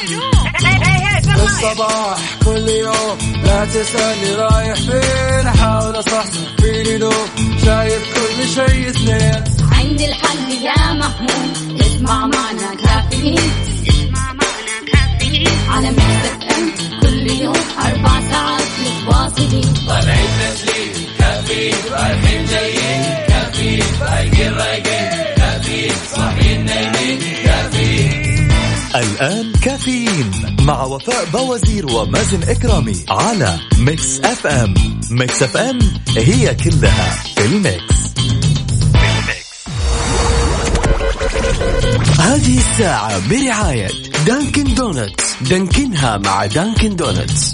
الصباح كل يوم لا تسألني رايح فين، أحاول أصحصح فيني لو شايف كل شيء سنين. عندي الحل يا محمود، اسمع معنا كافيين، على ميكس اف ام كل يوم 4 ساعات متواصلين. طالعين تسليم كافيين، رايحين جايين كافيين، رايقين رايقين كافيين، صاحيين نايمين كافيين. الآن كافيين مع وفاء بوازير ومازن إكرامي على ميكس اف ام. ميكس اف ام هي كلها في الميكس. هذه الساعة برعاية دانكن دونتس، دانكنها مع دانكن دونتس.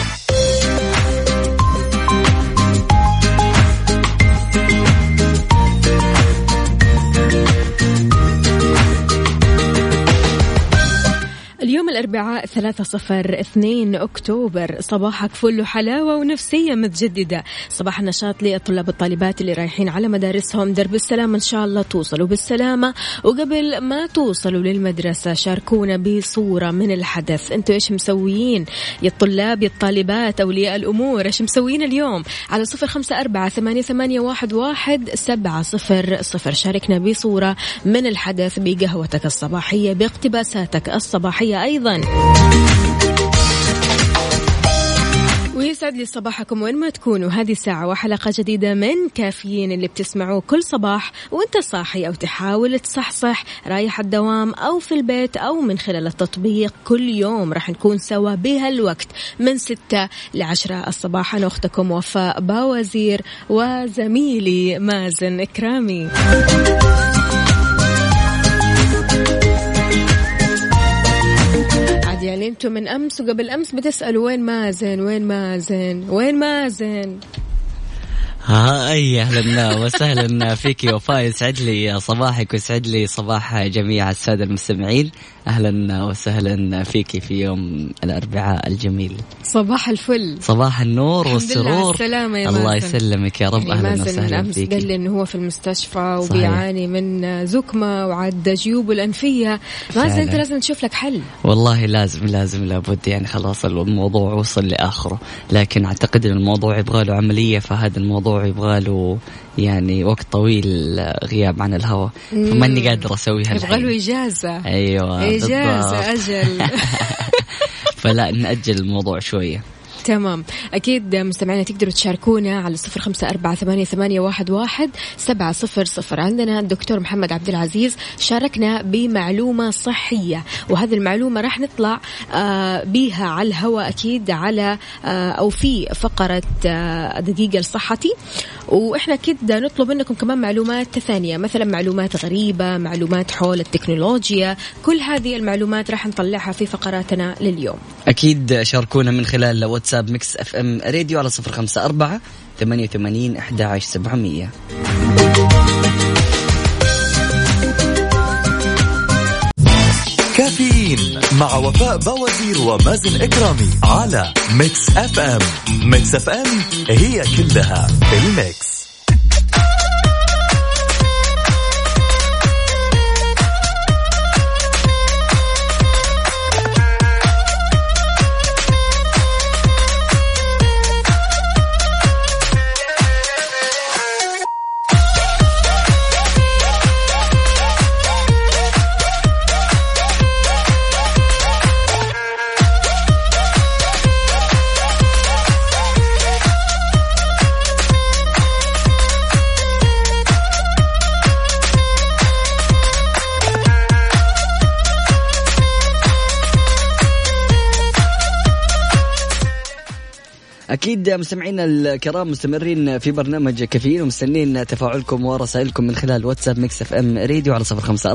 اليوم الأربعاء 3/02 أكتوبر، صباحك فل حلاوة ونفسية متجددة. صباح النشاط للطلاب والطالبات اللي رايحين على مدارسهم، درب السلامة إن شاء الله توصلوا بالسلامة. وقبل ما توصلوا للمدرسة شاركونا بصورة من الحدث، انتوا إيش مسويين يا الطلاب يا الطالبات أولياء الأمور؟ إيش مسويين اليوم؟ على 0548811700. شاركنا بصورة من الحدث بقهوتك الصباحية، باقتباساتك الصباحية أيضا. ويسعد لي صباحكم وين ما تكونوا. هذه ساعة وحلقة جديدة من كافيين اللي بتسمعوه كل صباح وانت صاحي أو تحاول تصحصح، رايح الدوام أو في البيت أو من خلال التطبيق. كل يوم راح نكون سوا بهالوقت من 6 ل10 الصباح. أنا أختكم وفاء باوزير وزميلي مازن إكرامي. يعني انتم من أمس وقبل أمس بتسألوا وين مازن وين مازن وين مازن. هاي أهلا وسهلا فيك وفاء، يسعد لي صباحك ويسعد لي صباح جميع السادة المستمعين. أهلا وسهلا فيك في يوم الأربعاء الجميل. صباح الفل، صباح النور والسرور. الله يسلمك يا رب. يعني أهلا وسهلا فيك. قال لي إنه هو في المستشفى وبيعاني من زكمة وعد جيوبه الأنفية. مازن أنت لازم تشوف لك حل. والله لازم لابد، يعني خلاص الموضوع وصل لآخره، لكن أعتقد إن الموضوع يبغى له عملية، فهذا الموضوع يبغى له يعني وقت طويل غياب عن الهواء، فماني قادر أسويها. يبغى له إجازة. أيوة إجازة أجل. فلا نأجل الموضوع شوية. تمام. أكيد مستمعينا تقدروا تشاركونا على 0548811700. عندنا الدكتور محمد عبد العزيز شاركنا بمعلومة صحية، وهذه المعلومة راح نطلع بيها على الهواء أكيد على أو في فقرة دقيقة لصحتي. وإحنا كده نطلب منكم كمان معلومات ثانية، مثلا معلومات غريبة، معلومات حول التكنولوجيا، كل هذه المعلومات راح نطلعها في فقراتنا لليوم. أكيد شاركونا من خلال واتساب ميكس اف ام راديو على 0548811700. كافيين مع وفاء بوازير ومازن إكرامي على ميكس اف ام. ميكس اف ام هي كلها في الميكس. أكيد مستمعينا الكرام مستمرين في برنامج كافيين ومستنين تفاعلكم ورسائلكم من خلال واتساب ميكس اف ام راديو على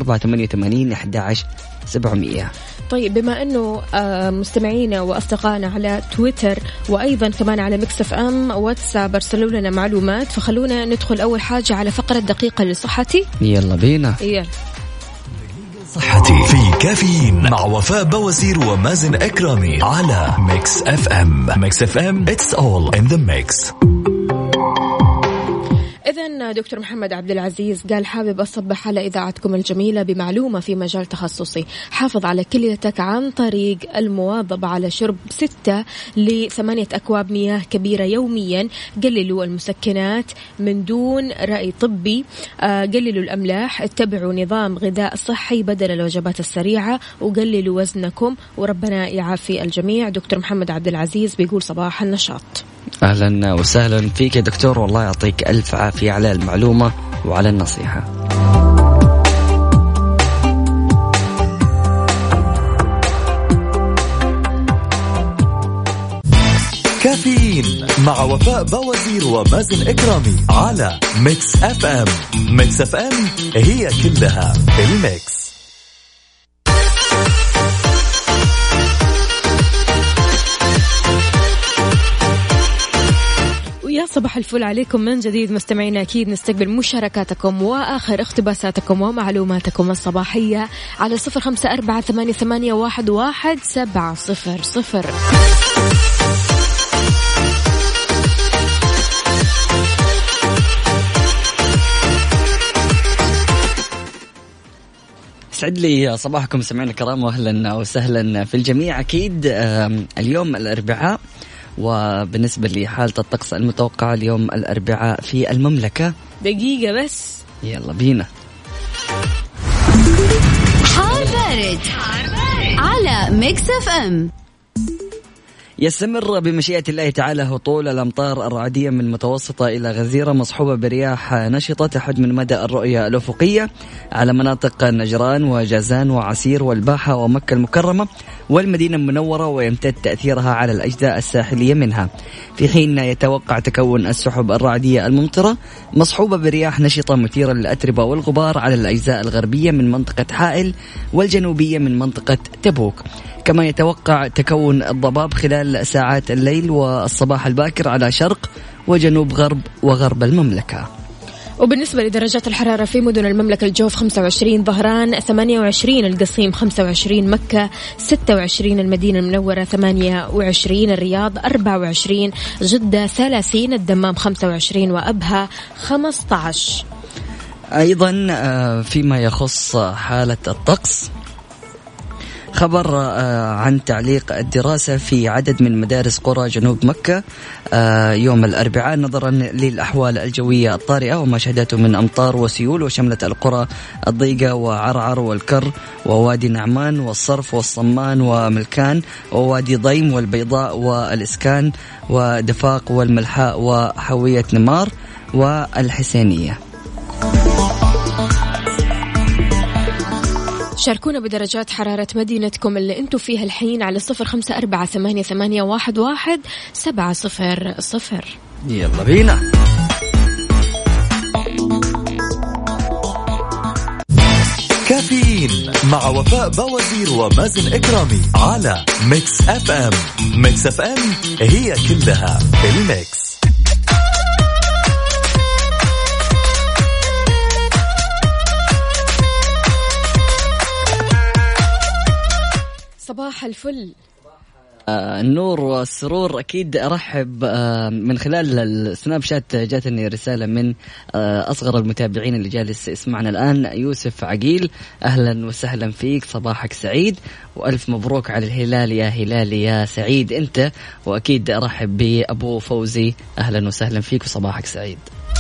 0548811700. طيب بما أنه مستمعينا وأصدقائنا على تويتر وأيضا كمان على ميكس اف ام واتساب أرسلوا لنا معلومات، فخلونا ندخل أول حاجة على فقرة دقيقة لصحتي. يلا بينا. يلا صحتي في كافيين مع وفاء بوازير ومازن إكرامي على ميكس اف ام. ميكس اف ام it's all in the mix. إذن دكتور محمد عبد العزيز قال حابب أصبح على إذاعتكم الجميلة بمعلومة في مجال تخصصي. حافظ على كليتك عن طريق المواظبة على شرب 6 ل 8 أكواب مياه كبيرة يوميا. قللوا المسكنات من دون رأي طبي. قللوا الأملاح. اتبعوا نظام غذاء صحي بدل الوجبات السريعة. وقللوا وزنكم وربنا يعافي الجميع. دكتور محمد عبد العزيز بيقول صباح النشاط. أهلا وسهلا فيك يا دكتور، والله يعطيك ألف عافية على المعلومة وعلى النصيحة. كافيين مع وفاء بوازير ومازن إكرامي على ميكس اف ام. ميكس اف ام هي كلها الميكس. يا صباح الفل عليكم من جديد مستمعينا. أكيد نستقبل مشاركاتكم وآخر اقتباساتكم ومعلوماتكم الصباحية على 0548811700. سعد لي صباحكم سمعنا الكرام، واهلا وسهلا في الجميع. أكيد اليوم الأربعاء، وبالنسبة لحالة الطقس المتوقعة اليوم الأربعاء في المملكة. دقيقة بس، يلا بينا. حار بارد على ميكس اف ام. يستمر بمشيئة الله تعالى هطول الأمطار الرعدية من متوسطة إلى غزيرة مصحوبة برياح نشطة تحد من مدى الرؤية الأفقية على مناطق نجران وجازان وعسير والباحة ومكة المكرمة والمدينة المنورة، ويمتد تأثيرها على الأجزاء الساحلية منها، في حين يتوقع تكون السحب الرعدية الممطرة مصحوبة برياح نشطة مثيرة للأتربة والغبار على الأجزاء الغربية من منطقة حائل والجنوبية من منطقة تبوك. كما يتوقع تكون الضباب خلال ساعات الليل والصباح الباكر على شرق وجنوب غرب وغرب المملكة. وبالنسبة لدرجات الحرارة في مدن المملكة: الجوف 25، ظهران 28، القصيم 25، مكة 26، المدينة المنورة 28، الرياض 24، جدة 30، الدمام 25، وأبها 15. أيضا فيما يخص حالة الطقس، خبر عن تعليق الدراسة في عدد من مدارس قرى جنوب مكة يوم الأربعاء نظرا للأحوال الجوية الطارئة وما شهدته من أمطار وسيول، وشملت القرى الضيقة وعرعر والكر ووادي نعمان والصرف والصمان وملكان ووادي ضيم والبيضاء والإسكان ودفاق والملحاء وحوية نمار والحسينية. شاركونا بدرجات حرارة مدينتكم اللي انتم فيها الحين على 0548811700. يلا بينا. كافيين مع وفاء بوازير ومازن إكرامي على ميكس اف ام. ميكس اف ام هي كلها الميكس. صباح الفل. النور والسرور. أكيد أرحب من خلال السناب شات، جاتني رسالة من أصغر المتابعين اللي جالس يسمعنا الآن، يوسف عقيل. أهلا وسهلا فيك، صباحك سعيد وألف مبروك على الهلال يا هلال يا سعيد أنت. وأكيد أرحب بأبو فوزي، أهلا وسهلا فيك وصباحك سعيد.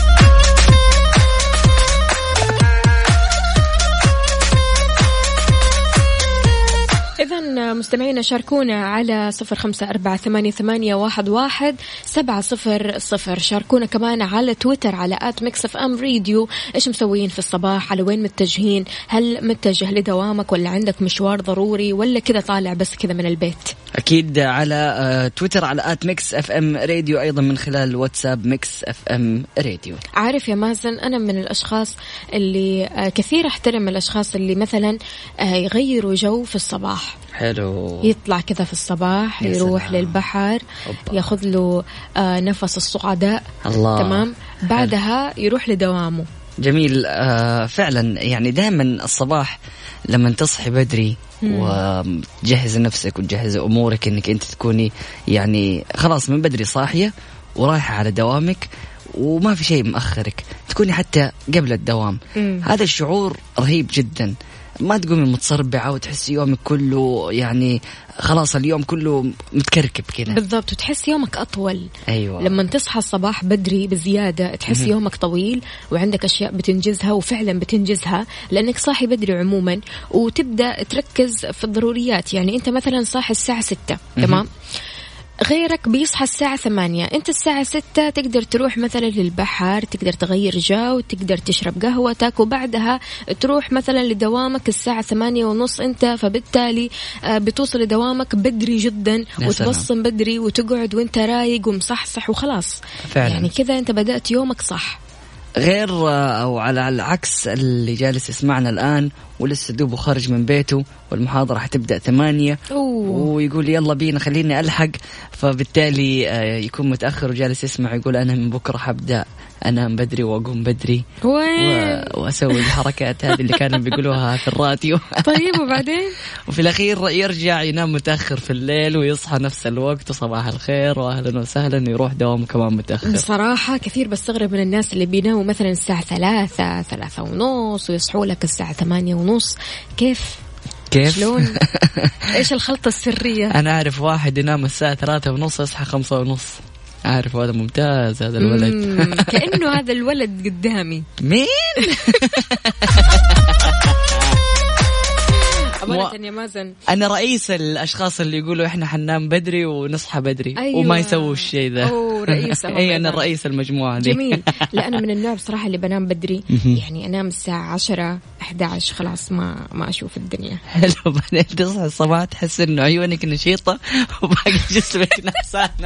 إذن مستمعينا شاركونا على 0548811700. شاركونا كمان على تويتر على @mixfmradio. إيش مسوين في الصباح؟ على وين متجهين؟ هل متجه لدوامك ولا عندك مشوار ضروري ولا كذا طالع بس كذا من البيت؟ أكيد على تويتر على @mixfmradio، أيضا من خلال واتساب mixfmradio. عارف يا مازن، أنا من الأشخاص اللي كثير أحترم الأشخاص اللي مثلا يغيروا جو في الصباح. حلو، يطلع كذا في الصباح، يروح للبحر، ياخذ له نفس الصعداء. الله. تمام. بعدها يروح لدوامه. جميل. فعلا يعني دائما الصباح لما تصحي بدري وتجهز نفسك وتجهز أمورك، إنك أنت تكوني يعني خلاص من بدري صاحية ورايحة على دوامك وما في شيء مأخرك، تكوني حتى قبل الدوام. هذا الشعور رهيب جدا. ما تقومي متصربعة وتحس يومك كله يعني خلاص اليوم كله متكركب كده. بالضبط، وتحس يومك أطول. أيوة. لما تصحى الصباح بدري بزيادة تحس يومك طويل وعندك أشياء بتنجزها، وفعلا بتنجزها لأنك صاحي بدري عموما، وتبدأ تركز في الضروريات. يعني أنت مثلا صاحي الساعة 6 تمام، غيرك بيصحى الساعة 8، أنت الساعة 6 تقدر تروح مثلا للبحر، تقدر تغير جو، تقدر تشرب قهوتك، وبعدها تروح مثلا لدوامك الساعة 8:30 أنت، فبالتالي بتوصل لدوامك بدري جدا وتبصم بدري وتقعد وانت رايق ومصحصح وخلاص فعلا. يعني كذا أنت بدأت يومك صح. غير أو على العكس اللي جالس يسمعنا الآن ولسه دوبه خارج من بيته والمحاضرة حتبدأ 8 ويقول يلا بينا خليني ألحق، فبالتالي يكون متأخر وجالس يسمع يقول أنا من بكرة حبدأ أنام بدري وأقوم بدري وأسوي الحركات هذه اللي كانوا بيقولوها في الراديو. طيب وبعدين وفي الأخير يرجع ينام متأخر في الليل ويصحى نفس الوقت وصباح الخير وأهلا وسهلا، يروح دوامه كمان متأخر. صراحة كثير بستغرب من الناس اللي بيناموا مثلا الساعة 3:30 ويصحوا لك الساعة 8:30. كيف؟ شلون؟ إيش الخلطة السرية؟ أنا أعرف واحد ينام الساعة 3:30 يصحى 5:30. عارف هذا ممتاز هذا الولد. كأنه هذا الولد قدامي. مين؟ يا مازن أنا رئيس الأشخاص اللي يقولوا إحنا حننام بدري ونصحى بدري. أيوة. وما يسووا الشيء ذا. رئيسهم. أي أنا الرئيس المجموعة دي. جميل. لا أنا من النوع بصراحة اللي بنام بدري، يعني أنام الساعة 10-11 خلاص ما أشوف الدنيا. حلو. بعدين تصحى الصباح تحس إنه عيونك نشيطة وباقي جسمك نحسانة.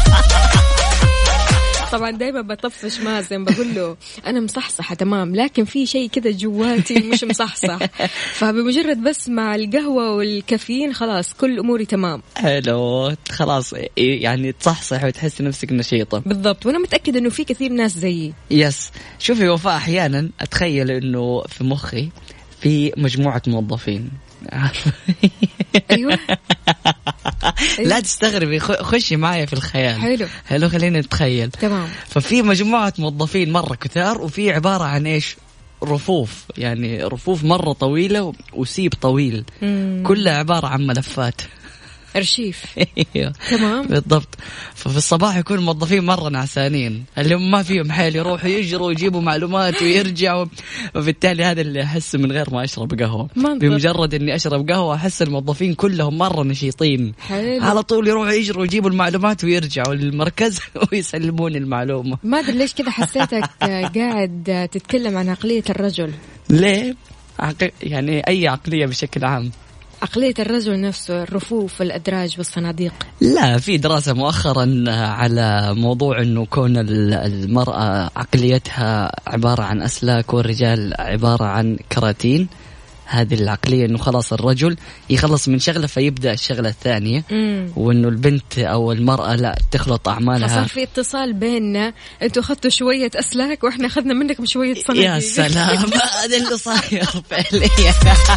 طبعا دايما بطفش مازن بقول له أنا مصحصحة تمام، لكن في شيء كذا جواتي مش مصحصح، فبمجرد بس مع القهوة والكافيين خلاص كل أموري تمام. حلو خلاص يعني تصحصح وتحس نفسك نشيطة. بالضبط، وأنا متأكد إنه في كثير ناس زيي. يس. شوفي وفاء، أحيانا أتخيل إنه في مخي في مجموعة موظفين. أيوة. لا تستغربي، خشي معي في الخيال. حلو خلينا نتخيل. تمام. ففي مجموعة موظفين مرة كثار، وفي عبارة عن إيش؟ رفوف، يعني رفوف مرة طويلة وسيب طويل. كلها عبارة عن ملفات أرشيف. تمام بالضبط. ففي الصباح يكون الموظفين مرة نعسانين، اللي هم ما فيهم حيل، يروحوا يجروا ويجيبوا معلومات ويرجعوا. وبالتالي هذا اللي أحس من غير ما أشرب قهوة. بمجرد إني أشرب قهوة أحس الموظفين كلهم مرة نشيطين. على طول يروحوا يجروا ويجيبوا المعلومات ويرجعوا للمركز ويسلمون المعلومة. ما أدري ليش كذا حسيتك قاعد تتكلم عن عقلية الرجل. ليه؟ يعني أي عقلية بشكل عام. عقلية الرجل نفسه، الرفوف والأدراج والصناديق. لا، في دراسة مؤخرا على موضوع أنه كون المرأة عقليتها عبارة عن أسلاك والرجال عبارة عن كراتين. هذه العقلية أنه خلاص الرجل يخلص من شغلة فيبدأ الشغلة الثانية، وأنه البنت أو المرأة لا تخلط أعمالها. فصار في اتصال بيننا، أنتوا أخذتوا شوية أسلاك وإحنا أخذنا منكم شوية صناديق. يا سلام. هذا اللي صاير فعليا.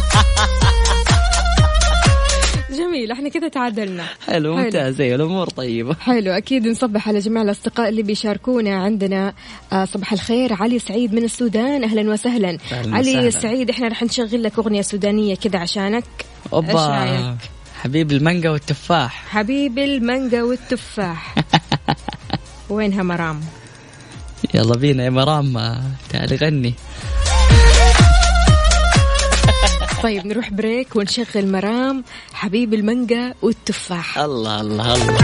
جميل، احنا كذا تعادلنا. حلو ممتاز، الأمور طيبة. حلو. أكيد نصبح على جميع الأصدقاء اللي بيشاركونا. عندنا صباح الخير علي سعيد من السودان، أهلا وسهلا. علي سعيد، احنا رح نشغل لك أغنية سودانية كذا عشانك. أوبا، حبيب المانجا والتفاح. حبيب المانجا والتفاح. وينها مرام؟ يلا بينا يا مرام، تعالي غني. طيب نروح بريك ونشغل مرام حبيب المانجا والتفاح. الله الله الله.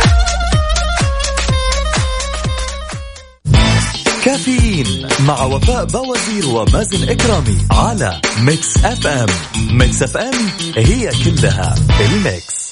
كافيين مع وفاء بوازير ومازن إكرامي على ميكس اف ام. ميكس اف ام هي كلها الميكس.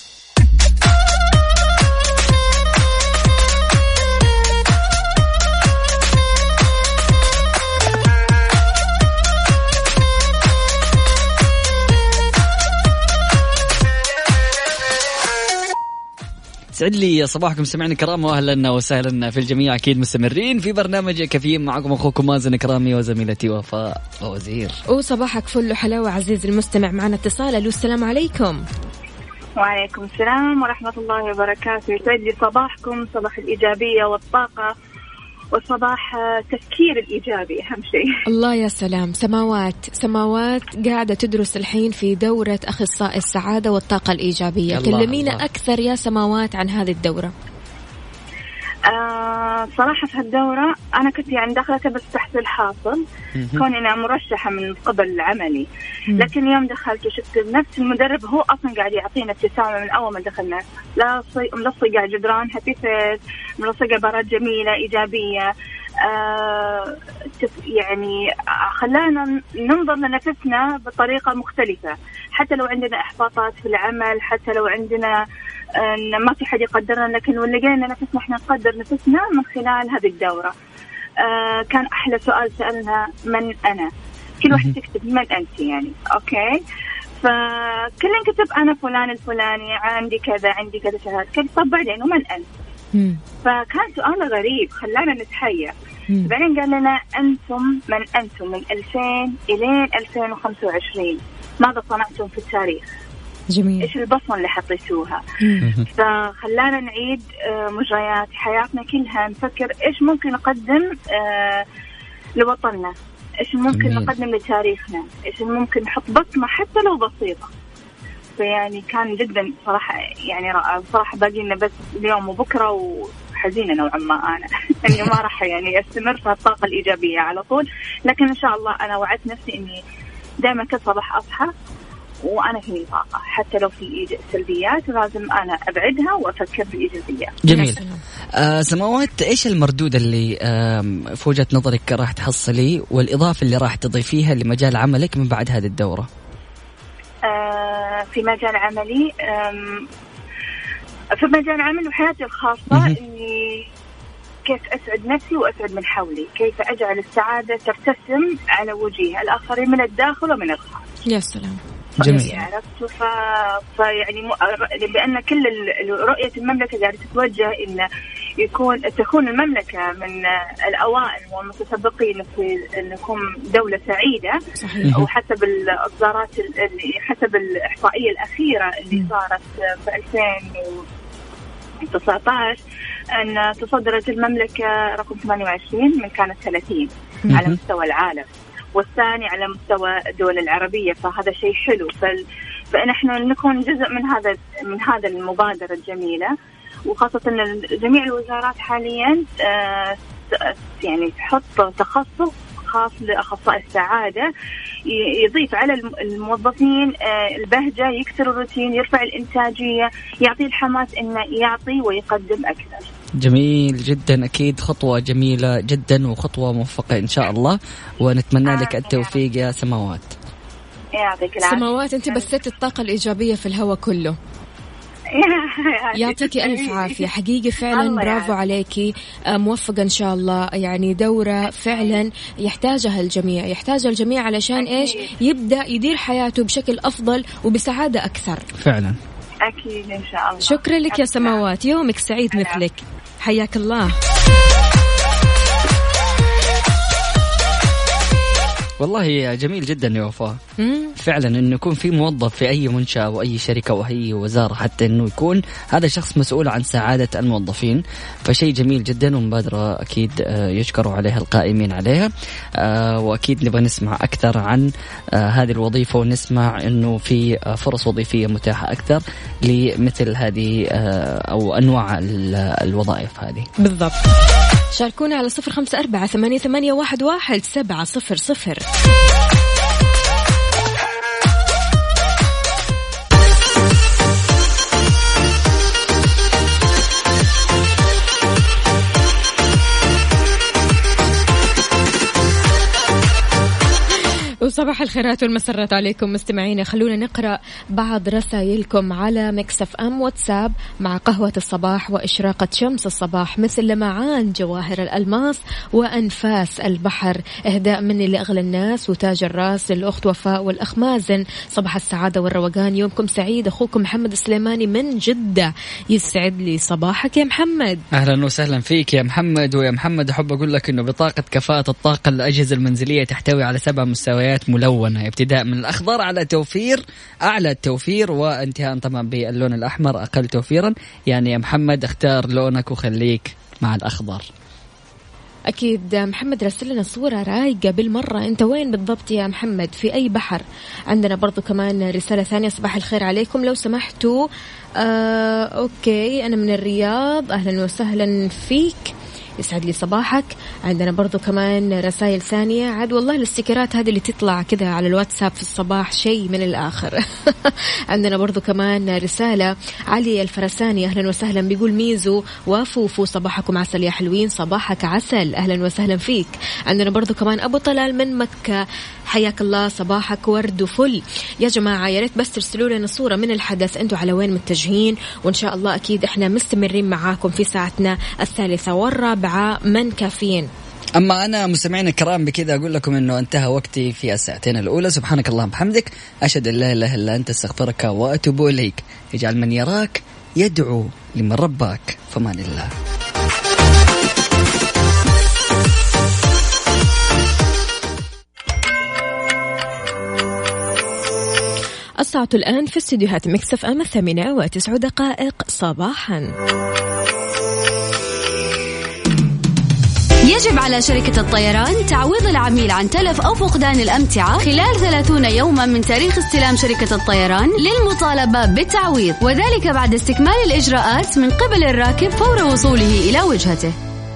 سعد لي صباحكم سمعنا كرام، واهلا وسهلا في الجميع. اكيد مستمرين في برنامج كافيين، معكم اخوكم مازن كرامي وزميلتي وفاء وزير. وصباحك فل حلاوه عزيز المستمع. معنا اتصال. الو السلام عليكم. وعليكم السلام ورحمة الله وبركاته. يسعد لي صباحكم، صباح الإيجابية والطاقة وصباح التفكير الإيجابي أهم شيء. الله يا سلام. سماوات قاعدة تدرس الحين في دورة أخصائي السعادة والطاقة الإيجابية. كلمينا أكثر يا سماوات عن هذه الدورة. صراحة في هالدورة أنا كنت يعني دخلتها بس تحت الحاصل كون أنا مرشحة من قبل العملي، لكن يوم دخلت وشفت نفس المدرب هو أصلا قاعد يعطينا ابتسامة من أول ما دخلنا، لا ملصقة جدران هابي فيس، ملصقة عبارات جميلة إيجابية. يعني خلانا ننظر لنفسنا بطريقة مختلفة، حتى لو عندنا إحباطات في العمل، حتى لو عندنا ما في حد يقدرنا، لكن لقينا نفسنا احنا نقدر نفسنا من خلال هذه الدورة. كان أحلى سؤال سألنا من أنا، كل واحد تكتب من أنت يعني أوكي، فكلنا كتب أنا فلان الفلاني، عندي كذا عندي كذا شهادة كذا. طب بعدين ومن أنت؟ فكان سؤال غريب خلانا نتحير. بعدين قال لنا أنتم من أنتم من 2000 إلى 2025 ماذا صنعتم في التاريخ؟ جميل. إيش البصمة اللي حطيتوها؟ فخلانا نعيد مجريات حياتنا كلها، نفكر إيش ممكن نقدم لوطننا، إيش ممكن نقدم لتاريخنا، إيش ممكن نحط بصمة حتى لو بسيطة. فيعني كان جدا صراحة يعني رائع صراحة. باقي لنا بس اليوم وبكرة، وحزينة نوعا ما أنا إني ما راح يعني أستمر في الطاقة الإيجابية على طول، لكن إن شاء الله أنا وعدت نفسي إني دائما كل صباح أصحى وأنا فيني طاقة، حتى لو في سلبيات لازم أنا أبعدها وأفكر بالإيجابيات. جميل. سماوات، إيش المردود اللي في وجهة نظرك راح تحصلي والإضافة اللي راح تضيفيها لمجال عملك من بعد هذه الدورة؟ في مجال عملي، في مجال عملي وحياتي الخاصة، إني كيف أسعد نفسي وأسعد من حولي، كيف أجعل السعادة ترتسم على وجه الآخرين من الداخل ومن الخارج. يا سلام. جميل. عرفت. فيعني بأن كل رؤية المملكة قاعدة تتوجه إن تكون المملكة من الأوائل والمتسبقين في أن نكون دولة سعيدة. صحيح. وحسب الإصدارات حسب الإحصائية الأخيرة اللي صارت في 2019 أن تصدرت المملكة رقم 28 من كانت 30 على مستوى العالم، والثاني على مستوى الدول العربية، فهذا شيء حلو. فنحن نكون جزء من هذا المبادرة الجميلة، وخاصة أن جميع الوزارات حاليا يعني تحط تخصص خاص لأخصائي السعادة، يضيف على الموظفين البهجة، يكسر الروتين، يرفع الإنتاجية، يعطي الحماس إنه يعطي ويقدم أكثر. جميل جدا، أكيد خطوة جميلة جدا وخطوة موفقة إن شاء الله، ونتمنى لك التوفيق يا سماوات. يعطيك العافية سماوات، أنت بثت الطاقة الإيجابية في الهواء كله. يعطيكي ألف عافية حقيقي فعلا، برافو عليكي، موفقة إن شاء الله. يعني دورة فعلا يحتاجها الجميع، يحتاجها الجميع علشان إيش يبدأ يدير حياته بشكل أفضل وبسعادة أكثر. فعلا أكيد إن شاء الله. شكرا لك يا سماوات، يومك سعيد مثلك، حياك الله. والله جميل جدا يا وفاء، فعلا انه يكون في موظف في اي منشأة او اي شركة او اي وزارة، حتى انه يكون هذا الشخص مسؤول عن سعادة الموظفين، فشيء جميل جدا ومبادرة اكيد يشكروا عليها القائمين عليها. واكيد نبغى نسمع اكثر عن هذه الوظيفة، ونسمع انه في فرص وظيفية متاحة اكثر لمثل هذه او انواع الوظائف هذه. بالضبط. شاركونا على 0548811700. وصباح الخيرات والمسرات عليكم مستمعينا. خلونا نقرأ بعض رسائلكم على ميكس اف ام واتساب مع قهوة الصباح وإشراقة شمس الصباح مثل لمعان جواهر الألماس وأنفاس البحر. إهداء مني لأغلى الناس وتاج الراس للأخت وفاء والأخ مازن. صباح السعادة والروقان، يومكم سعيد. أخوكم محمد السليماني من جدة. يسعد لي صباحك يا محمد. أهلا وسهلا فيك يا محمد. ويا محمد أحب أقول لك أنه بطاقة كفاءة الطاقة الأجهزة المنزلية تحتوي على 7 مستويات منتجات ملونة، ابتداء من الأخضر على توفير أعلى التوفير، وانتهاء طبعا باللون الأحمر أقل توفيرا. يعني يا محمد اختار لونك وخليك مع الأخضر. أكيد محمد رسل لنا صورة رايقة بالمرة. أنت وين بالضبط يا محمد؟ في أي بحر؟ عندنا برضو كمان رسالة ثانية، صباح الخير عليكم لو سمحتوا. أوكي أنا من الرياض، أهلا وسهلا فيك، يسعد لي صباحك. عندنا برضو كمان رسائل ثانية. عاد والله الاستيكرات هذه اللي تطلع كذا على الواتساب في الصباح شيء من الآخر. عندنا برضو كمان رسالة علي الفرساني، أهلا وسهلا، بيقول ميزو وفوفو صباحكم عسل يا حلوين، صباحك عسل، أهلا وسهلا فيك. عندنا برضو كمان أبو طلال من مكة، حياك الله، صباحك ورد وفل. يا جماعة يا ريت بس ترسلوا لنا صورة من الحدث، أنتوا على وين متجهين، وإن شاء الله أكيد إحنا مستمرين معاكم في ساعتنا الثالثة والرابعة من كافيين. أما أنا مستمعين الكرام بكذا أقول لكم أنه انتهى وقتي في الساعتين الأولى. سبحانك اللهم وبحمدك، أشهد أن لا إله إلا أنت، استغفرك وأتوب إليك. اجعل من يراك يدعو لمن رباك، فمان الله. الساعة الآن في استديوهات ميكس اف ام 8:09 صباحا. يجب على شركة الطيران تعويض العميل عن تلف أو فقدان الأمتعة خلال 30 يوما من تاريخ استلام شركة الطيران للمطالبة بالتعويض، وذلك بعد استكمال الإجراءات من قبل الراكب فور وصوله إلى وجهته.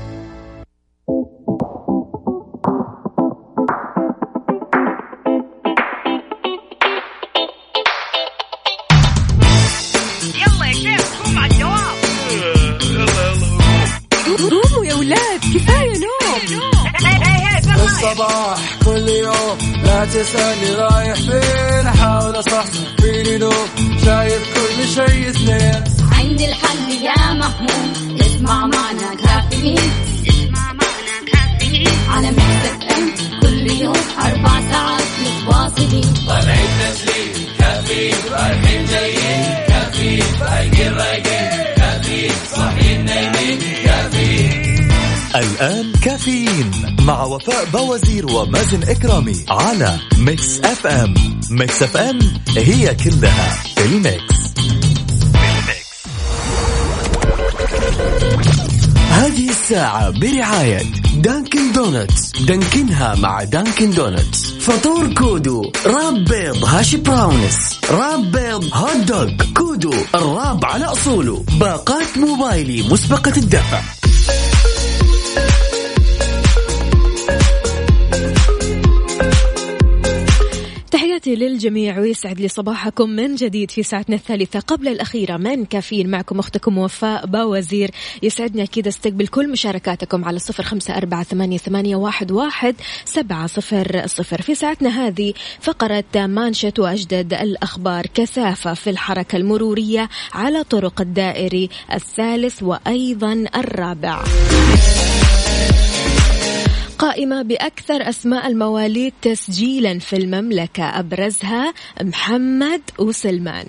قوموا يا ولاد، كفاية نوم. الصباح كل يوم لا تسألني رايح فين، أحاول أصحصح فيني نوم، شايف كل شيء سنين. عندي الحل يا محمود، اسمع معنا كافيين، اسمع معنا كافيين على ميكس اف ام، كل يوم 4 ساعات متواصلين. طالعين تسليم كافيين، رايحين جايين كافيين، فايقين رايقين كافيين، صاحيين نايمين كافيين. الآن كافيين مع وفاء بوازير ومازن إكرامي على ميكس اف ام. ميكس اف ام هي كلها في الميكس. هذه الساعة برعاية دانكن دونتس، دانكنها مع دانكن دونتس. فطور كودو، راب بيض هاشي براونس، راب بيض هوت دوغ، كودو الراب على أصوله. باقات موبايلي مسبقة الدفع. تحياتي للجميع ويسعد لي صباحكم من جديد في ساعتنا الثالثة قبل الأخيرة من كافيين. معكم أختكم وفاء باوزير. يسعدنا أكيد استقبل كل مشاركاتكم على 0548811700. في ساعتنا هذه فقرة مانشت وأجدد الأخبار، كثافة في الحركة المرورية على طرق الدائري الثالث وأيضا الرابع. قائمة بأكثر أسماء المواليد تسجيلا في المملكة، أبرزها محمد وسلمان.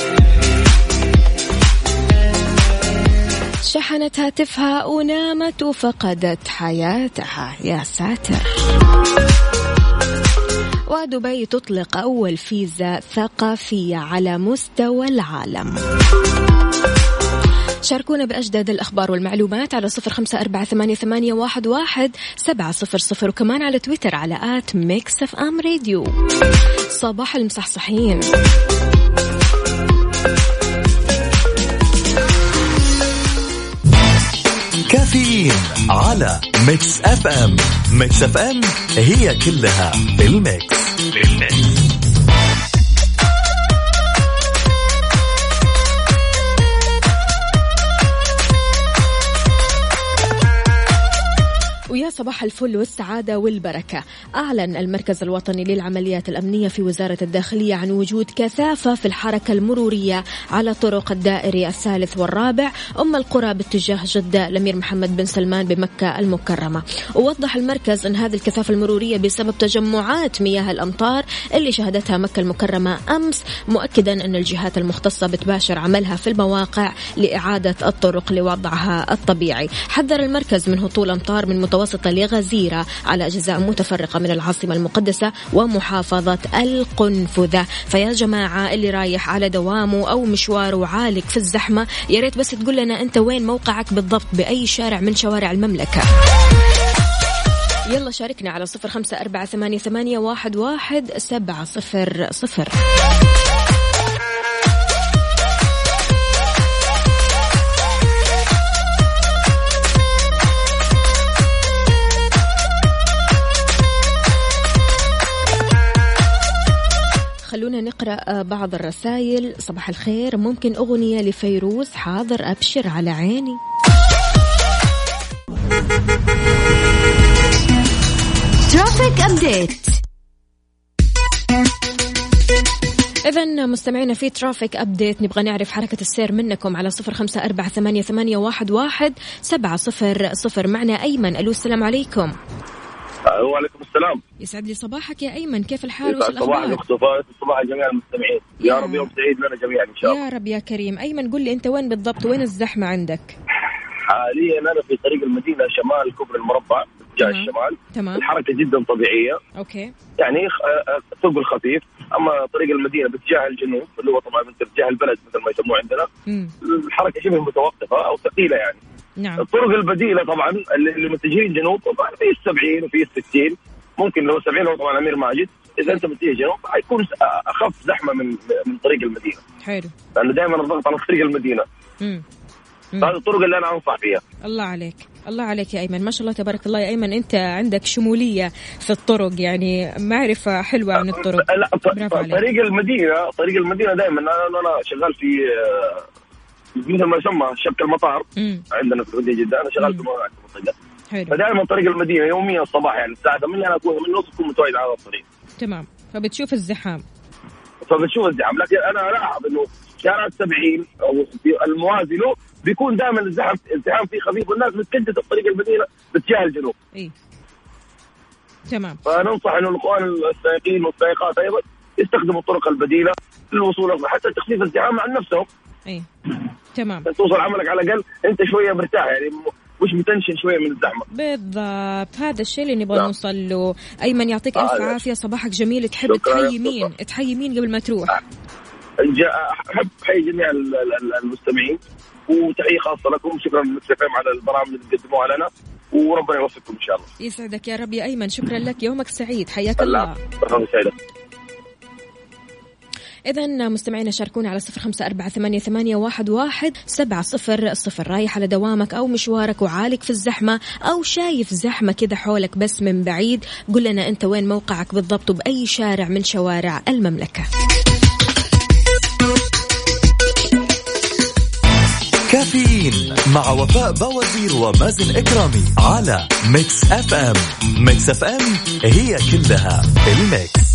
شحنت هاتفها ونامت وفقدت حياتها، يا ساتر. ودبي تطلق أول فيزا ثقافية على مستوى العالم. شاركونا بأجدد الأخبار والمعلومات على 0548811700 وكمان على تويتر على @mixfmradio. صباح المصحصحين. كافيين على ميكس اف ام. ميكس اف ام هي كلها في الميكس. ويا صباح الفل والسعادة والبركة. أعلن المركز الوطني للعمليات الأمنية في وزارة الداخلية عن وجود كثافة في الحركة المرورية على طرق الدائري الثالث والرابع أم القرى باتجاه جدة الأمير محمد بن سلمان بمكة المكرمة. ووضح المركز أن هذه الكثافة المرورية بسبب تجمعات مياه الأمطار اللي شهدتها مكة المكرمة أمس، مؤكدا أن الجهات المختصة بتباشر عملها في المواقع لإعادة الطرق لوضعها الطبيعي. حذر المركز من هطول أمطار من متوسط لغزيرة على أجزاء متفرقة من العاصمة المقدسة ومحافظة القنفذة. فيا جماعة اللي رايح على دوامه أو مشواره عالق في الزحمة، يا ريت بس تقول لنا أنت وين موقعك بالضبط، بأي شارع من شوارع المملكة. يلا شاركنا على 0548811700. خلونا نقرأ بعض الرسائل. صباح الخير، ممكن أغنية لفيروز؟ حاضر أبشر على عيني. ترافيك أبديت. إذن مستمعينا في ترافيك أبديت نبغى نعرف حركة السير منكم على 0548811700. معنا أيمن. ألو السلام عليكم. وعليكم السلام. يسعد لي صباحك يا أيمن، كيف الحال وش الأخبار؟ صباح الاختفاء، صباح جميع المستمعين، يا رب يوم سعيد لنا جميعا إن شاء الله. يا رب يا كريم. أيمن قل لي أنت وين بالضبط، وين الزحمة عندك؟ حاليا أنا في طريق المدينة شمال كوبري المربع جاء الشمال. تمام. الحركة جدا طبيعية. أوكي. يعني ثقل خفيف. أما طريق المدينة باتجاه الجنوب اللي هو طبعا باتجاه البلد مثل ما يسموه عندنا، الحركة شبه متوقفة أو ثقيلة يعني. نعم. الطرق البديلة طبعا اللي متجهين جنوب طبعا في 70 وفي 60. ممكن لو 70 هو طبعا أمير ماجد. إذا أنت متجه جنوب حيكون أخف زحمة من طريق المدينة. حلو. لأنه دائما الضغط على طريق المدينة. هذه الطرق اللي أنا أنصح فيها. الله عليك، الله عليك يا أيمن، ما شاء الله تبارك الله يا أيمن، أنت عندك شمولية في الطرق، يعني معرفة حلوة عن الطرق. لا طريق المدينة دائما أنا شغال في مثل ما يسمى شبكة المطار. عندنا في الودية جدا، أنا شغال في المنطقة. فدائما طريق المدينة يوميا الصباح يعني الساعة 8 أنا أكون من نص أكون متواجد على الطريق. تمام. فبتشوف الزحام. لكن أنا ألاحظ إنه شارع 70 أو الموازي له بيكون دائما الزحام فيه خفيف، والناس بتكدس الطريق المدينة باتجاه الجنوب. إيه. تمام. فننصح إنه الإخوان السائقين والسائقات أيضا يستخدموا الطرق البديلة للوصول حتى تخفيف الزحام عن نفسهم. إيه. تمام. توصل عملك على الأقل أنت شوية مرتاح، يعني مش متنشن شوية من الزحمة. بالضبط، هذا الشيء اللي نبغى نوصل له. أيمن يعطيك ألف عافية، صباحك جميل. تحب تحيي مين قبل ما تروح؟ أحب أحيي جميع المستمعين وتحية خاصة لكم. شكرا للمستمعين على البرامج اللي تقدموها لنا، وربنا يوفقكم إن شاء الله. يسعدك يا رب يا أيمن، شكرا لك، يومك سعيد، حياك الله. إذن مستمعينا شاركونا على 0548811700. رايح على دوامك أو مشوارك وعالق في الزحمة أو شايف زحمة كذا حولك بس من بعيد، قل لنا أنت وين موقعك بالضبط وبأي شارع من شوارع المملكة. كافيين مع وفاء بوازير ومازن إكرامي على ميكس اف ام. ميكس اف ام هي كلها الميكس.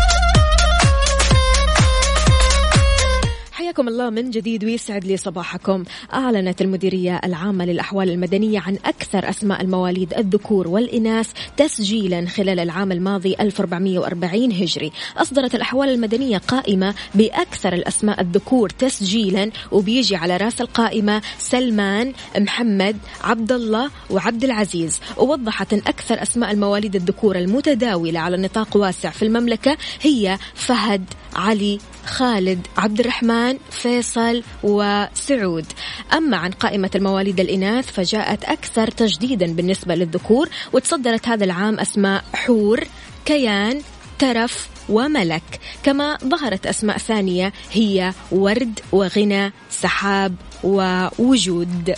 حياكم الله من جديد ويسعد لي صباحكم. أعلنت المديرية العامة للأحوال المدنية عن أكثر أسماء المواليد الذكور والإناث تسجيلا خلال العام الماضي 1440 هجري. أصدرت الأحوال المدنية قائمة بأكثر الأسماء الذكور تسجيلا، وبيجي على رأس القائمة سلمان، محمد، عبد الله وعبد العزيز. ووضحت أن أكثر أسماء المواليد الذكور المتداولة على نطاق واسع في المملكة هي فهد، علي، خالد، عبد الرحمن، فيصل وسعود. أما عن قائمة المواليد الإناث فجاءت أكثر تجديدا بالنسبة للذكور، وتصدرت هذا العام أسماء حور، كيان، ترف وملك. كما ظهرت أسماء ثانية هي ورد وغنى، سحاب ووجود.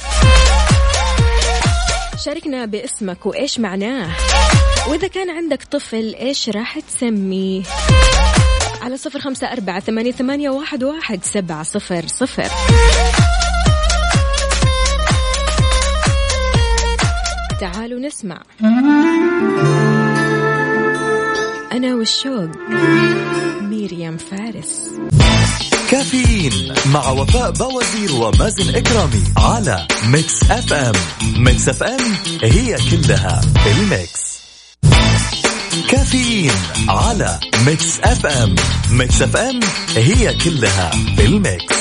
شاركنا باسمك وإيش معناه، وإذا كان عندك طفل إيش راح تسميه على 0548811700. تعالوا نسمع أنا والشوق، ميريام فارس. كافيين مع وفاء بوازير ومازن إكرامي على ميكس اف ام. ميكس اف ام هي كلها الميكس. كافيين على ميكس اف ام. ميكس اف ام هي كلها الميكس.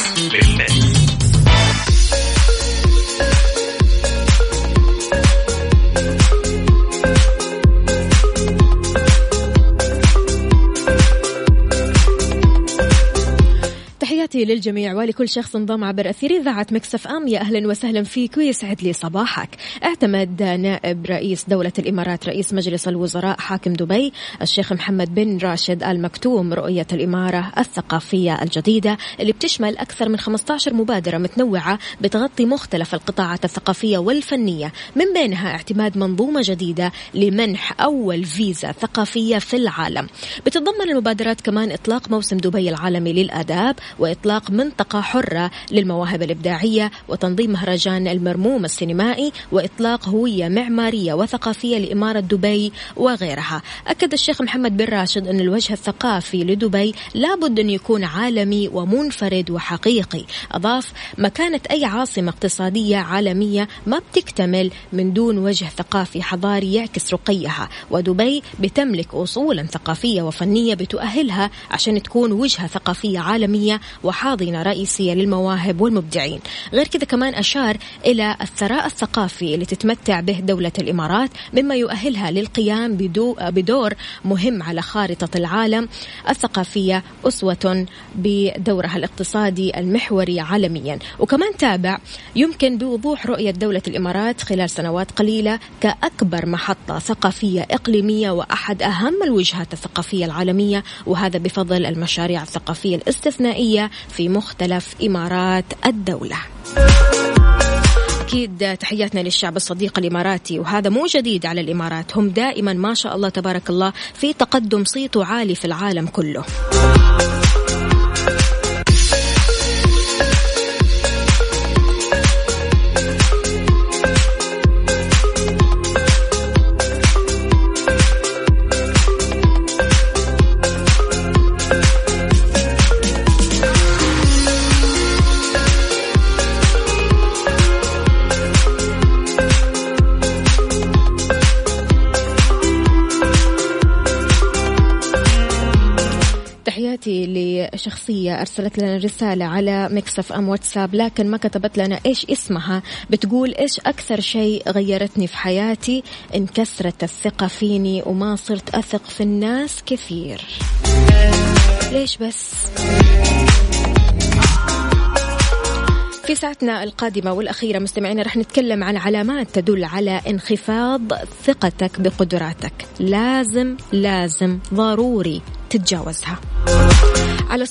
تحياتي للجميع ولكل شخص انضم عبر أثير إذاعة ميكس اف ام. يا أهلا وسهلا فيك ويسعد لي صباحك. اعتمد نائب رئيس دولة الإمارات رئيس مجلس الوزراء حاكم دبي الشيخ محمد بن راشد آل مكتوم رؤية الإمارة الثقافية الجديدة اللي بتشمل أكثر من 15 مبادرة متنوعة بتغطي مختلف القطاعات الثقافية والفنية، من بينها اعتماد منظومة جديدة لمنح أول فيزا ثقافية في العالم. بتتضمن المبادرات كمان إطلاق موسم دبي العالمي للآداب، وإطلاق منطقة حرة للمواهب الإبداعية، وتنظيم مهرجان المرموم السينمائي، وإطلاق هوية معمارية وثقافية لإمارة دبي وغيرها. أكد الشيخ محمد بن راشد أن الوجه الثقافي لدبي لابد أن يكون عالمي ومنفرد وحقيقي. أضاف مكانة أي عاصمة اقتصادية عالمية ما بتكتمل من دون وجه ثقافي حضاري يعكس رقيها، ودبي بتملك أصولا ثقافية وفنية بتؤهلها عشان تكون وجهة ثقافية عالمية وحاضنة رئيسية للمواهب والمبدعين. غير كذا كمان أشار إلى الثراء الثقافي اللي تتمتع به دولة الإمارات، مما يؤهلها للقيام بدور مهم على خارطة العالم الثقافية، أسوة بدورها الاقتصادي المحوري عالميا. وكمان تابع يمكن بوضوح رؤية دولة الإمارات خلال سنوات قليلة كأكبر محطة ثقافية إقليمية وأحد أهم الوجهات الثقافية العالمية، وهذا بفضل المشاريع الثقافية الاستثنائية في مختلف إمارات الدولة. أكيد تحياتنا للشعب الصديق الإماراتي، وهذا مو جديد على الإمارات، هم دائما ما شاء الله تبارك الله في تقدم صيته عالي في العالم كله. لشخصية أرسلت لنا رسالة على ميكس اف ام واتساب، لكن ما كتبت لنا إيش اسمها. بتقول إيش أكثر شيء غيرتني في حياتي؟ انكسرت الثقة فيني وما صرت أثق في الناس كثير. ليش بس؟ في ساعتنا القادمة والأخيرة مستمعينا رح نتكلم عن علامات تدل على انخفاض ثقتك بقدراتك، لازم ضروري تتجاوزها. على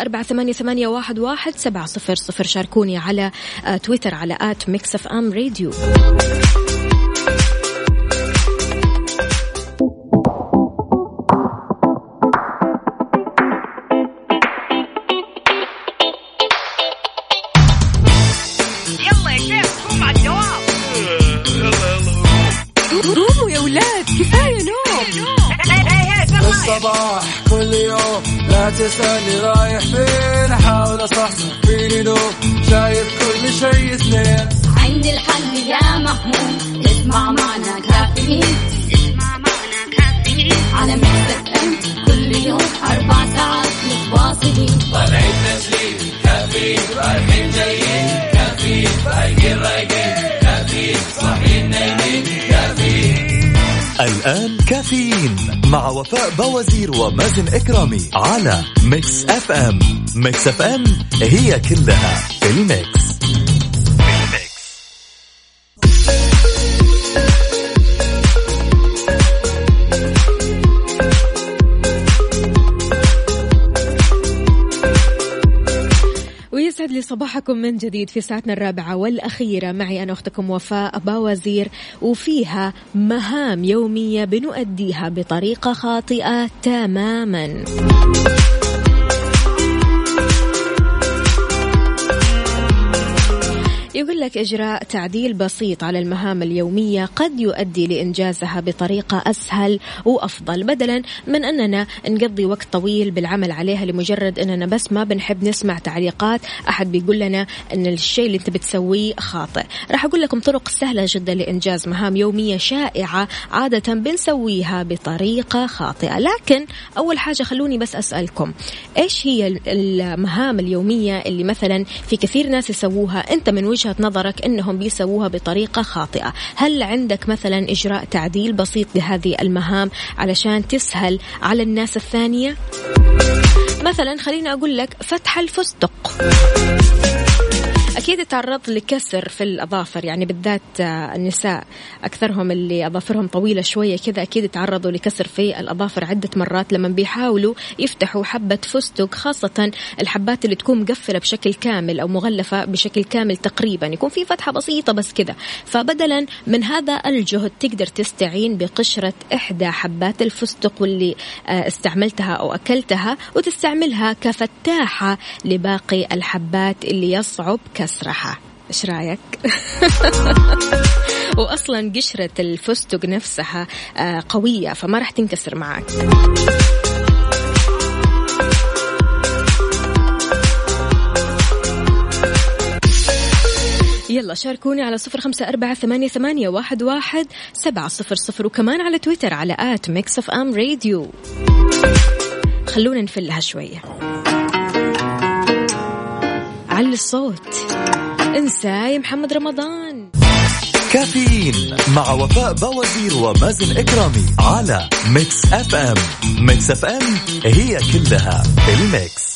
0548811700 شاركوني على تويتر على @mixfmradio. قوموا يا ولاد، كفاية نوم. الصباح كل يوم لا تسألني رايح فين، أحاول أصحصح فيني نوم، شايف كل شيء سنين. عندي الحل يا محمود، اسمع معنا كافيين، على ميكس اف ام كل يوم 4 ساعات متواصلين. طالعين تسليم كافيين، رايحين جايين كافيين، رايقين كافيين، صاحيين نايمين كافيين. الآن كافيين مع وفاء بوازير ومازن إكرامي على ميكس اف ام. ميكس اف ام هي كلها في الميكس. يسعد لي صباحكم من جديد في ساعتنا الرابعة والأخيرة، معي أنا أختكم وفاء باوزير، وفيها مهام يومية بنؤديها بطريقة خاطئة تماما. يقول لك إجراء تعديل بسيط على المهام اليومية قد يؤدي لإنجازها بطريقة أسهل وأفضل، بدلا من أننا نقضي وقت طويل بالعمل عليها لمجرد أننا بس ما بنحب نسمع تعليقات أحد بيقول لنا أن الشيء اللي أنت بتسويه خاطئ. راح أقول لكم طرق سهلة جدا لإنجاز مهام يومية شائعة عادة بنسويها بطريقة خاطئة. لكن أول حاجة خلوني بس أسألكم، إيش هي المهام اليومية اللي مثلا في كثير ناس يسووها أنت من وجهة نظرك أنهم بيسووها بطريقة خاطئة؟ هل عندك مثلا إجراء تعديل بسيط لهذه المهام علشان تسهل على الناس الثانية؟ مثلا خليني أقول لك فتح الفستق، أكيد تعرض لكسر في الأظافر، يعني بالذات النساء أكثرهم اللي أظافرهم طويلة شوية كذا أكيد تعرضوا لكسر في الأظافر عدة مرات لما بيحاولوا يفتحوا حبة فستق، خاصة الحبات اللي تكون مقفلة بشكل كامل أو مغلفة بشكل كامل تقريبا، يكون في فتحة بسيطة بس كذا. فبدلا من هذا الجهد تقدر تستعين بقشرة إحدى حبات الفستق واللي استعملتها أو أكلتها وتستعملها كفتاحة لباقي الحبات اللي يصعب كسرها. إيش رأيك؟ وأصلا قشرة الفستق نفسها قوية فما راح تنكسر معك. يلا شاركوني على 0548811700 وكمان على تويتر على @mixofamradio. خلونا نفلها شوية. على الصوت انسى يا محمد رمضان. كافيين مع وفاء بوازير ومازن إكرامي على ميكس اف ام. ميكس اف ام هي كلها الميكس.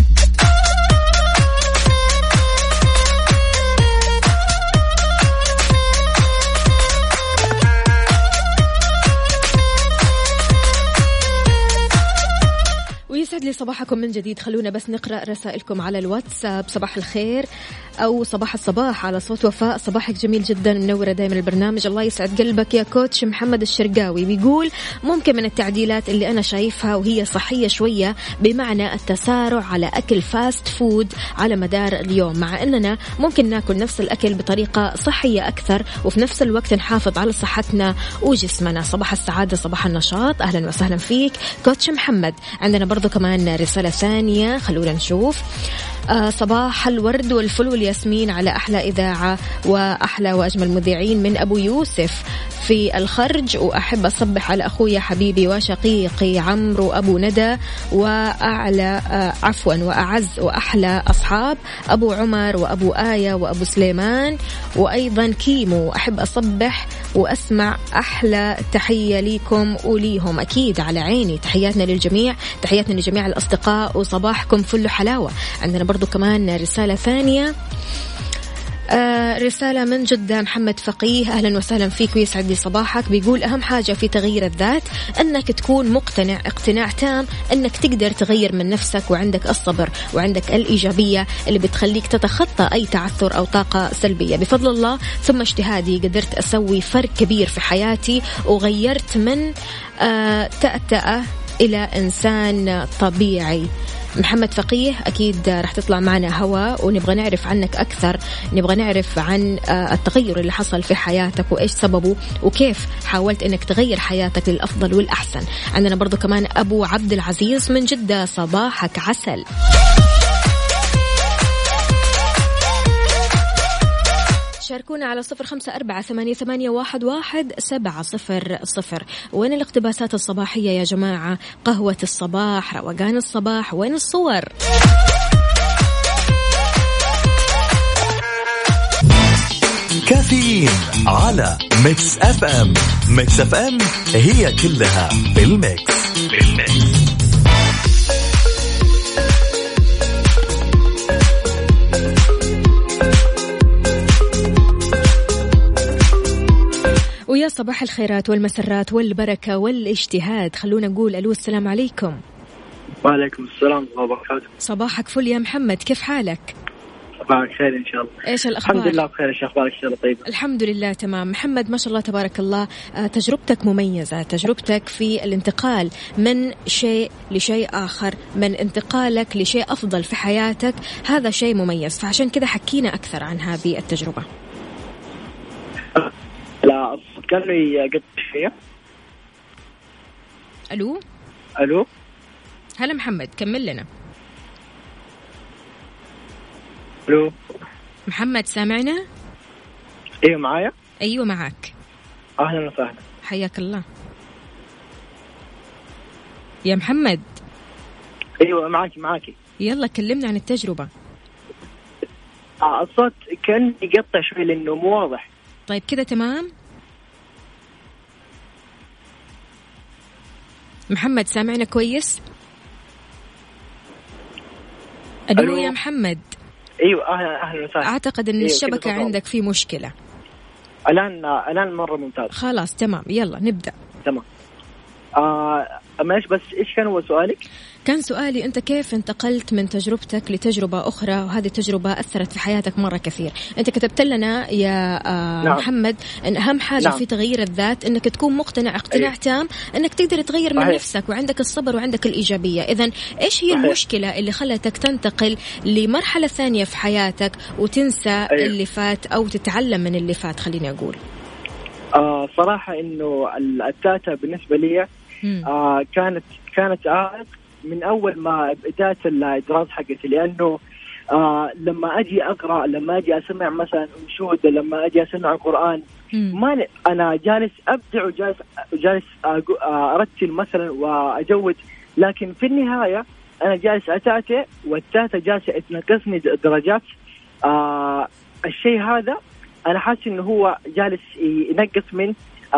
يسعد لي صباحكم من جديد. خلونا بس نقرأ رسائلكم على الواتساب. صباح الخير أو صباح الصباح على صوت وفاء، صباحك جميل جدا، منورة دائما البرنامج. الله يسعد قلبك يا كوتش محمد الشرقاوي. بيقول ممكن من التعديلات اللي أنا شايفها وهي صحية شوية، بمعنى التسارع على أكل فاست فود على مدار اليوم، مع أننا ممكن ناكل نفس الأكل بطريقة صحية أكثر وفي نفس الوقت نحافظ على صحتنا وجسمنا. صباح السعادة صباح النشاط، أهلا وسهلا فيك كوتش محمد. عندنا برضو كمان رسالة ثانية، خلونا نشوف. صباح الورد والفل والياسمين على أحلى إذاعة وأحلى وأجمل مذيعين من أبو يوسف في الخرج، وأحب أصبح على أخويا حبيبي وشقيقي عمرو أبو ندى وأعلى وأعز وأحلى أصحاب أبو عمر وأبو آية وأبو سليمان وأيضا كيمو. أحب أصبح وأسمع أحلى تحية ليكم وليهم. أكيد على عيني، تحياتنا للجميع، تحياتنا لجميع الأصدقاء وصباحكم فل حلاوة. عندنا برضو كمان رسالة ثانية، رسالة من جدة محمد فقيه، أهلا وسهلا فيك ويسعد لي صباحك. بيقول أهم حاجة في تغيير الذات أنك تكون مقتنع اقتناع تام أنك تقدر تغير من نفسك، وعندك الصبر وعندك الإيجابية اللي بتخليك تتخطى أي تعثر أو طاقة سلبية. بفضل الله ثم اجتهادي قدرت أسوي فرق كبير في حياتي، وغيرت من تأتأة إلى إنسان طبيعي. محمد فقيه، أكيد رح تطلع معنا هوا ونبغى نعرف عنك أكثر، نبغى نعرف عن التغير اللي حصل في حياتك وإيش سببه وكيف حاولت أنك تغير حياتك للأفضل والأحسن. عندنا برضو كمان أبو عبد العزيز من جدة، صباحك عسل. شاركونا على 0548811700. وين الاقتباسات الصباحية يا جماعة؟ قهوة الصباح، روقان الصباح، وين الصور؟ كافيين على ميكس اف ام. ميكس اف ام هي كلها بالميكس. ويا صباح الخيرات والمسرات والبركة والاجتهاد. خلونا نقول ألو، السلام عليكم. وعليكم السلام ورحمة الله وبركاته. صباحك فل يا محمد، كيف حالك؟ صباحك خير إن شاء الله. إيش الأخبار؟ الحمد لله بخير، إيش أخبارك؟ إن شاء الله طيبة. الحمد لله تمام. محمد ما شاء الله تبارك الله، تجربتك مميزة، تجربتك في الانتقال من شيء لشيء آخر، من انتقالك لشيء أفضل في حياتك، هذا شيء مميز، فعشان كذا حكينا أكثر عن هذه التجربة. لا كانوا يقطع شوية. ألو هلا محمد، كمل لنا. ألو محمد، سامعنا؟ ايوه معايا. ايوه معك. اهلا وسهلا، حياك الله يا محمد. ايوه معاكي. يلا كلمنا عن التجربة. الصوت كان يقطع شوي لانه مو واضح. طيب كده تمام. محمد سامعنا كويس؟ ألو يا محمد. ايوه اهلا وسهلا. اعتقد ان الشبكه عندك في مشكله. الان مره ممتاز. خلاص تمام، يلا نبدا. تمام. ماشي، بس ايش كان هو سؤالك؟ كان سؤالي أنت كيف انتقلت من تجربتك لتجربة أخرى، وهذه التجربة أثرت في حياتك مرة كثير. أنت كتبت لنا يا محمد أن أهم حاجة في تغيير الذات أنك تكون مقتنع اقتناع تام أنك تقدر تغير من نفسك، وعندك الصبر وعندك الإيجابية. إذن إيش هي المشكلة اللي خلتك تنتقل لمرحلة ثانية في حياتك وتنسى اللي فات أو تتعلم من اللي فات؟ خليني أقول صراحة إنه التاتا بالنسبة لي كانت عائق من أول ما بدأت الدراسة حقتي، لأنه لما أجي أقرأ، لما أجي أسمع مثلا أنشود، لما أجي أسمع القرآن، ما أنا جالس أبدع وجالس أرتل مثلا وأجود، لكن في النهاية أنا جالس أتاتي والتاتا جالسة تنقصني درجات. الشيء هذا أنا حاسس إنه هو جالس ينقص من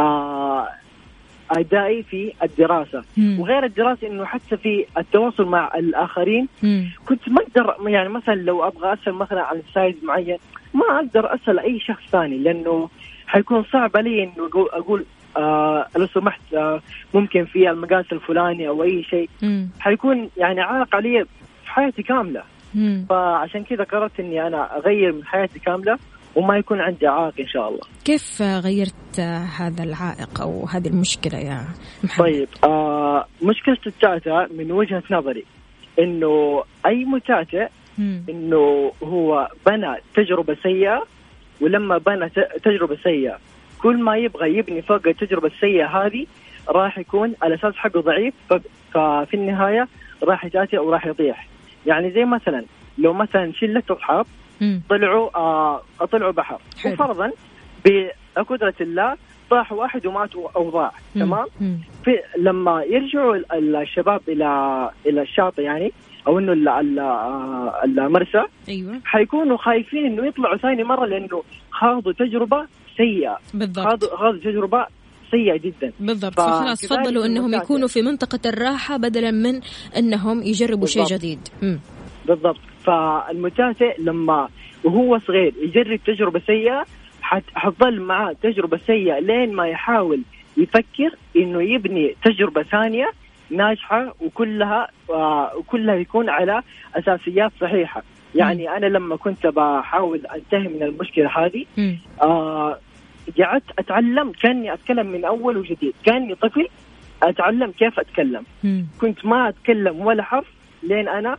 أدائي في الدراسة. وغير الدراسة إنه حتى في التواصل مع الآخرين كنت ما أقدر، يعني مثلا لو أبغى أسأل مثلا عن سايز معين ما أقدر أسأل أي شخص ثاني، لأنه حيكون صعب علي إنه أقول لو سمحت ممكن في المقاس الفلاني أو أي شيء، حيكون يعني عائق علي في حياتي كاملة. فعشان كذا قررت إني أنا أغير من حياتي كاملة وما يكون عندي عائق إن شاء الله. كيف غيرت هذا العائق أو هذه المشكلة يا محمد؟ طيب مشكلة التاتا من وجهة نظري إنه أي متاتع إنه هو بنى تجربة سيئة، ولما بنى تجربة سيئة كل ما يبغى يبني فوق التجربة السيئة هذه راح يكون الأساس حقه ضعيف، ففي النهاية راح يتاتي أو راح يطيح. يعني زي مثلا لو مثلا شلة أصحاب طلعوا بحر، وفرضا بقدرة الله طاح واحد ومات أو ضاع، تمام. لما يرجعوا الشباب إلى الشاطئ يعني أو إنه المرسى، أيوة، حيكونوا خايفين إنه يطلعوا ثاني مرة لأنه خاضوا تجربة سيئة. بالضبط، خاضوا تجربة سيئة جدا. بالضبط. فخلاص فضلوا إنهم يكونوا في منطقة الراحة بدلا من إنهم يجربوا شيء جديد. بالضبط. فالمتاتع لما وهو صغير يجرب تجربة سيئة حتظل معاه تجربة سيئة لين ما يحاول يفكر إنه يبني تجربة ثانية ناجحة وكلها يكون على أساسيات صحيحة. يعني أنا لما كنت بحاول أنتهي من المشكلة هذه قعدت أتعلم، كأني أتكلم من أول وجديد، كأني طفل أتعلم كيف أتكلم. كنت ما أتكلم ولا حرف لين أنا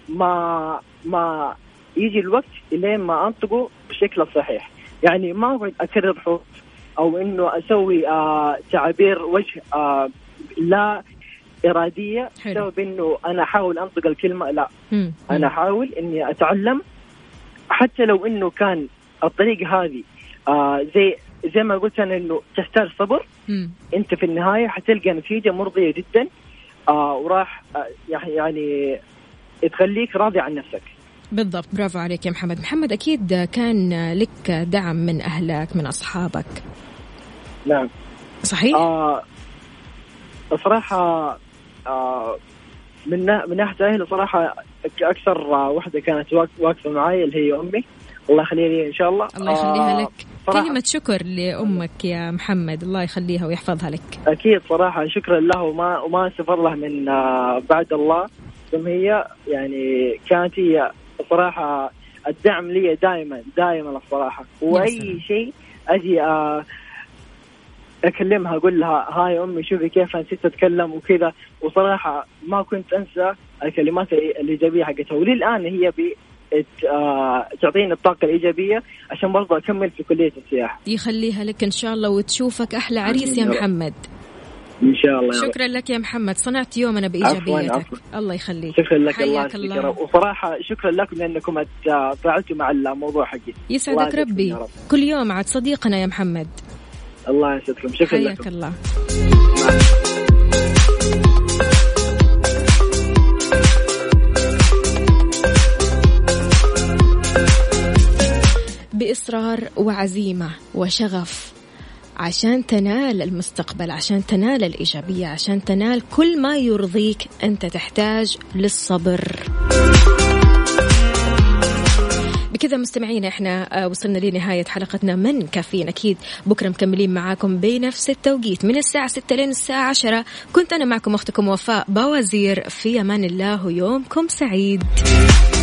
ما يجي الوقت لين ما أنطقه بشكل صحيح. يعني ما أقعد أكرر حروف أو إنه أسوي تعبير وجه لا إرادية بسبب إنه أنا أحاول أنطق الكلمة. لا، أنا أحاول إني أتعلم حتى لو إنه كان الطريقة هذه زي ما قلت أنا إنه تحتاج صبر. أنت في النهاية حتلقى نتيجة مرضية جدا وراح يعني تخليك راضي عن نفسك. بالضبط، برافو عليك يا محمد. محمد أكيد كان لك دعم من أهلك من أصحابك. نعم صحيح. صراحة من ناحية أهلي صراحة أكثر واحدة كانت واقفة معي اللي هي أمي، الله يخليها لي إن شاء الله. الله يخليها لك. كلمة شكر لأمك يا محمد، الله يخليها ويحفظها لك. أكيد صراحة شكرا له وما سفر له من بعد الله. ثم هي يعني كانت هي صراحة الدعم لي دائما الصراحة. وأي شيء أجي أكلمها أقول لها هاي أمي شوفي كيف نسيت أتكلم وكذا، وصراحة ما كنت أنسى الكلمات الإيجابية حقتها، وللآن هي تعطيني الطاقة الإيجابية عشان برضه أكمل في كلية السياحة. يخليها لك إن شاء الله وتشوفك أحلى عريس يا محمد إن شاء الله. شكرا لك يا محمد، صنعت يومنا بإيجابيتك. عفواً. الله يخليك. شكرا لك. الله. وصراحة شكرا لكم لأنكم تفاعلتوا مع الموضوع حقي. يسعدك ربي. كل يوم عاد صديقنا يا محمد. الله يسعدكم. شكرا لكم. حياك الله. بإصرار وعزيمة وشغف عشان تنال المستقبل، عشان تنال الإيجابية، عشان تنال كل ما يرضيك، أنت تحتاج للصبر. بكذا مستمعين احنا وصلنا لنهاية حلقتنا من كافيين. أكيد بكرة مكملين معاكم بنفس التوقيت من الساعة 6 لين الساعة 10. كنت أنا معكم أختكم وفاء باوزير. في أمان الله ويومكم سعيد.